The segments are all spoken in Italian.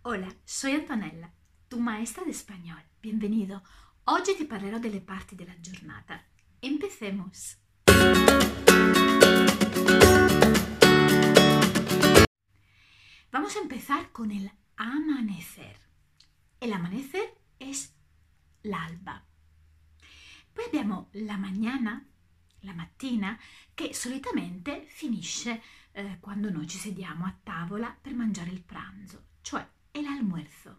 Hola, soy Antonella, tu maestra de español. Bienvenido. Oggi ti parlerò delle parti della giornata. Empecemos. Vamos a empezar con el amanecer. El amanecer es l'alba. Poi abbiamo la mañana, la mattina, che solitamente finisce quando noi ci sediamo a tavola per mangiare il pranzo, cioè è l'almuerzo.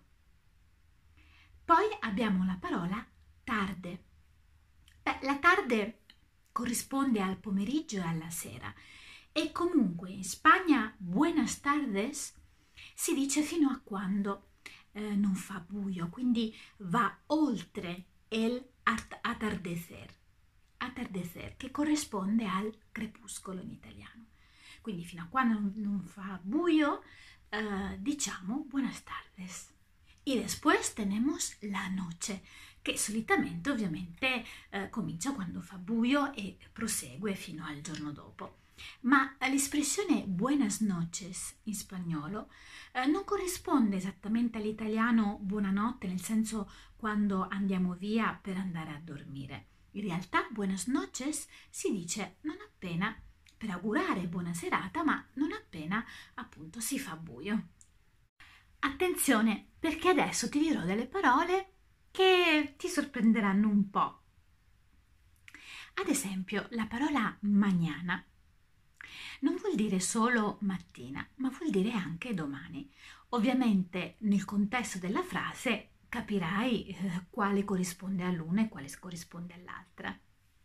Poi abbiamo la parola tarde. La tarde corrisponde al pomeriggio e alla sera e comunque in Spagna buenas tardes si dice fino a quando non fa buio, quindi va oltre el atardecer, che corrisponde al crepuscolo in italiano. Quindi fino a quando non fa buio diciamo buenas tardes. Y después tenemos la noche, che solitamente ovviamente comincia quando fa buio e prosegue fino al giorno dopo. Ma l'espressione buenas noches in spagnolo non corrisponde esattamente all'italiano buonanotte, nel senso quando andiamo via per andare a dormire. In realtà buenas noches si dice non appena per augurare buona serata, ma non appena appunto si fa buio. Attenzione, perché adesso ti dirò delle parole che ti sorprenderanno un po'. Ad esempio, la parola mañana non vuol dire solo mattina, ma vuol dire anche domani. Ovviamente nel contesto della frase capirai quale corrisponde all'una e quale corrisponde all'altra.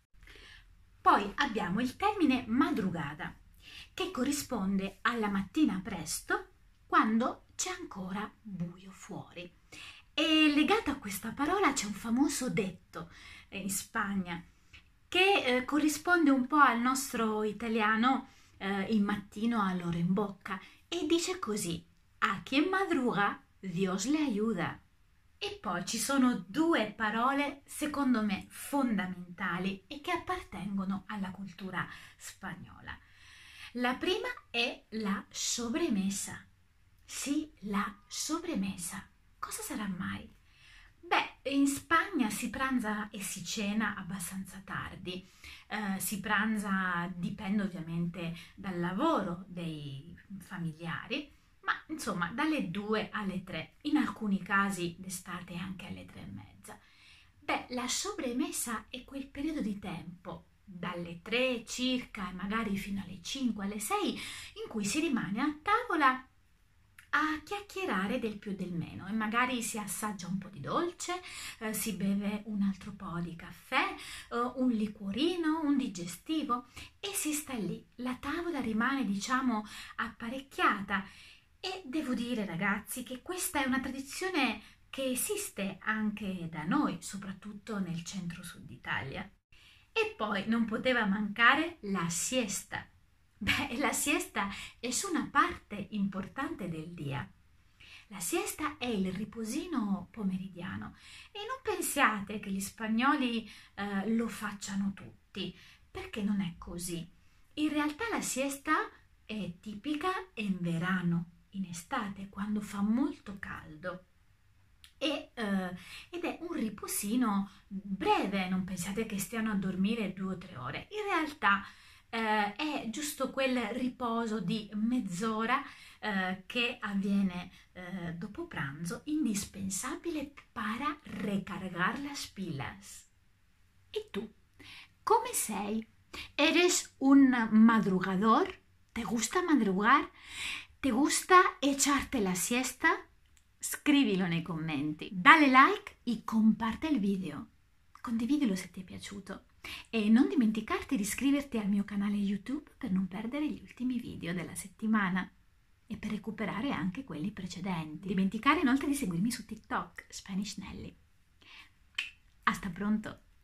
Poi abbiamo il termine madrugada, che corrisponde alla mattina presto, quando c'è ancora buio fuori. E legato a questa parola c'è un famoso detto in Spagna che corrisponde un po' al nostro italiano il mattino ha l'oro in bocca e dice così: a quien madruga Dios le ayuda. E poi ci sono due parole secondo me fondamentali e che appartengono alla cultura spagnola. La prima è la sobremesa. Sì, la sobremesa. Cosa sarà mai? Beh, in Spagna si pranza e si cena abbastanza tardi. Si pranza, dipende ovviamente dal lavoro dei familiari, ma insomma dalle 2 alle 3, in alcuni casi d'estate anche alle 3:30. Beh, la sobremesa è quel periodo di tempo, dalle 3 circa e magari fino alle 5, alle 6, in cui si rimane a tavola a chiacchierare del più e del meno e magari si assaggia un po' di dolce, si beve un altro po' di caffè, un liquorino, un digestivo e si sta lì. La tavola rimane, diciamo, apparecchiata e devo dire, ragazzi, che questa è una tradizione che esiste anche da noi, soprattutto nel centro-sud d'Italia. E poi non poteva mancare la siesta. Beh, la siesta es una parte importante del día. La siesta è il riposino pomeridiano e non pensiate che gli spagnoli lo facciano tutti, perché non è così. In realtà la siesta è tipica in verano, in estate, quando fa molto caldo. Ed è un riposino breve, non pensiate che stiano a dormire 2 o 3 ore. In realtà è giusto quel riposo di mezz'ora che avviene dopo pranzo, indispensabile para recargar las pilas. E tu, come sei? ¿Eres un madrugador? ¿Te gusta madrugar? ¿Te gusta echarte la siesta? Scrivilo nei commenti, dale like e comparte il video. Condividilo se ti è piaciuto e non dimenticarti di iscriverti al mio canale YouTube per non perdere gli ultimi video della settimana e per recuperare anche quelli precedenti. Dimenticare inoltre di seguirmi su TikTok, Spanish Nelly. Hasta pronto!